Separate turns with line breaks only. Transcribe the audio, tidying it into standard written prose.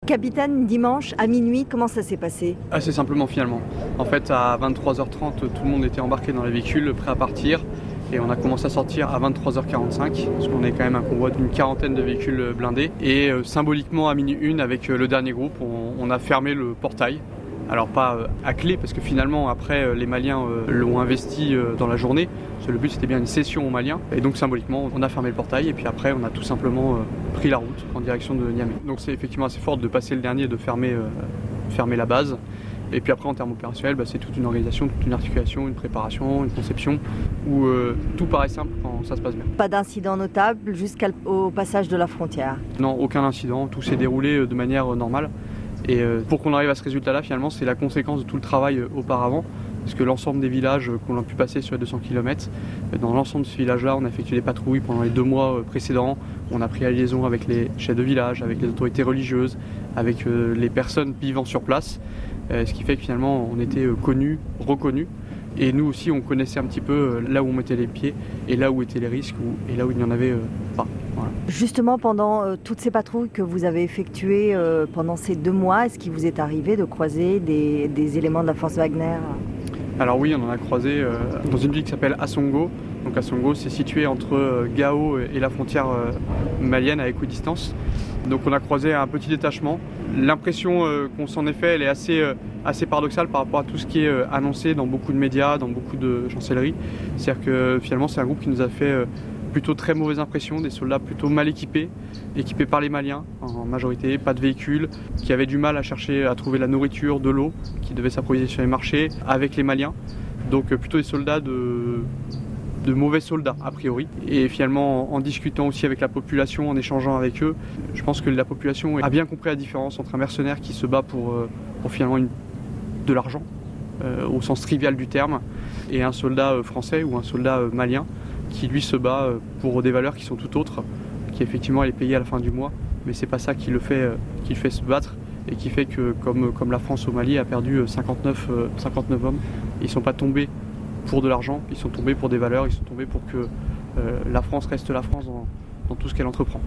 Capitaine, dimanche à minuit, comment ça s'est passé?
Assez simplement finalement. En fait, à 23h30, tout le monde était embarqué dans les véhicules, prêt à partir. Et on a commencé à sortir à 23h45, parce qu'on est quand même un convoi d'une quarantaine de véhicules blindés. Et symboliquement, à minuit 1, avec le dernier groupe, on a fermé le portail. Alors pas à clé, parce que finalement, après, les Maliens l'ont investi dans la journée. Parce que le but, c'était bien une cession aux Maliens. Et donc, symboliquement, on a fermé le portail. Et puis après, on a tout simplement pris la route en direction de Niamey. Donc c'est effectivement assez fort de passer le dernier et de fermer la base. Et puis après, en termes opérationnels, c'est toute une organisation, toute une articulation, une préparation, une conception, où tout paraît simple quand ça se passe bien.
Pas d'incident notable jusqu'au passage de la frontière?
Non, aucun incident, tout s'est déroulé de manière normale. Et pour qu'on arrive à ce résultat-là, finalement, c'est la conséquence de tout le travail auparavant. Parce que l'ensemble des villages qu'on a pu passer sur les 200 km, dans l'ensemble de ce village-là, on a effectué des patrouilles pendant les 2 mois précédents. On a pris la liaison avec les chefs de village, avec les autorités religieuses, avec les personnes vivant sur place. Ce qui fait que finalement, on était connus, reconnus. Et nous aussi, on connaissait un petit peu là où on mettait les pieds et là où étaient les risques et là où il n'y en avait pas. Voilà.
Justement, pendant toutes ces patrouilles que vous avez effectuées pendant ces 2 mois, est-ce qu'il vous est arrivé de croiser des éléments de la force Wagner?
Alors oui, on en a croisé dans une ville qui s'appelle Assongo. Donc Assongo, c'est situé entre Gao et la frontière malienne à équidistance. Donc on a croisé un petit détachement. L'impression qu'on s'en est fait, elle est assez paradoxale par rapport à tout ce qui est annoncé dans beaucoup de médias, dans beaucoup de chancelleries. C'est-à-dire que finalement c'est un groupe qui nous a fait plutôt très mauvaise impression, des soldats plutôt mal équipés par les Maliens en majorité, pas de véhicules, qui avaient du mal à chercher à trouver la nourriture, de l'eau, qui devaient s'approvisionner sur les marchés avec les Maliens. Donc plutôt des soldats de mauvais soldats a priori. Et finalement, en discutant aussi avec la population, en échangeant avec eux, je pense que la population a bien compris la différence entre un mercenaire qui se bat pour finalement de l'argent, au sens trivial du terme, et un soldat français ou un soldat malien qui lui se bat pour des valeurs qui sont tout autres, qui effectivement elle est payée à la fin du mois, mais c'est pas ça qui le fait se battre et qui fait que comme la France au Mali a perdu 59 hommes, ils sont pas tombés pour de l'argent, ils sont tombés pour des valeurs, ils sont tombés pour que la France reste la France dans tout ce qu'elle entreprend.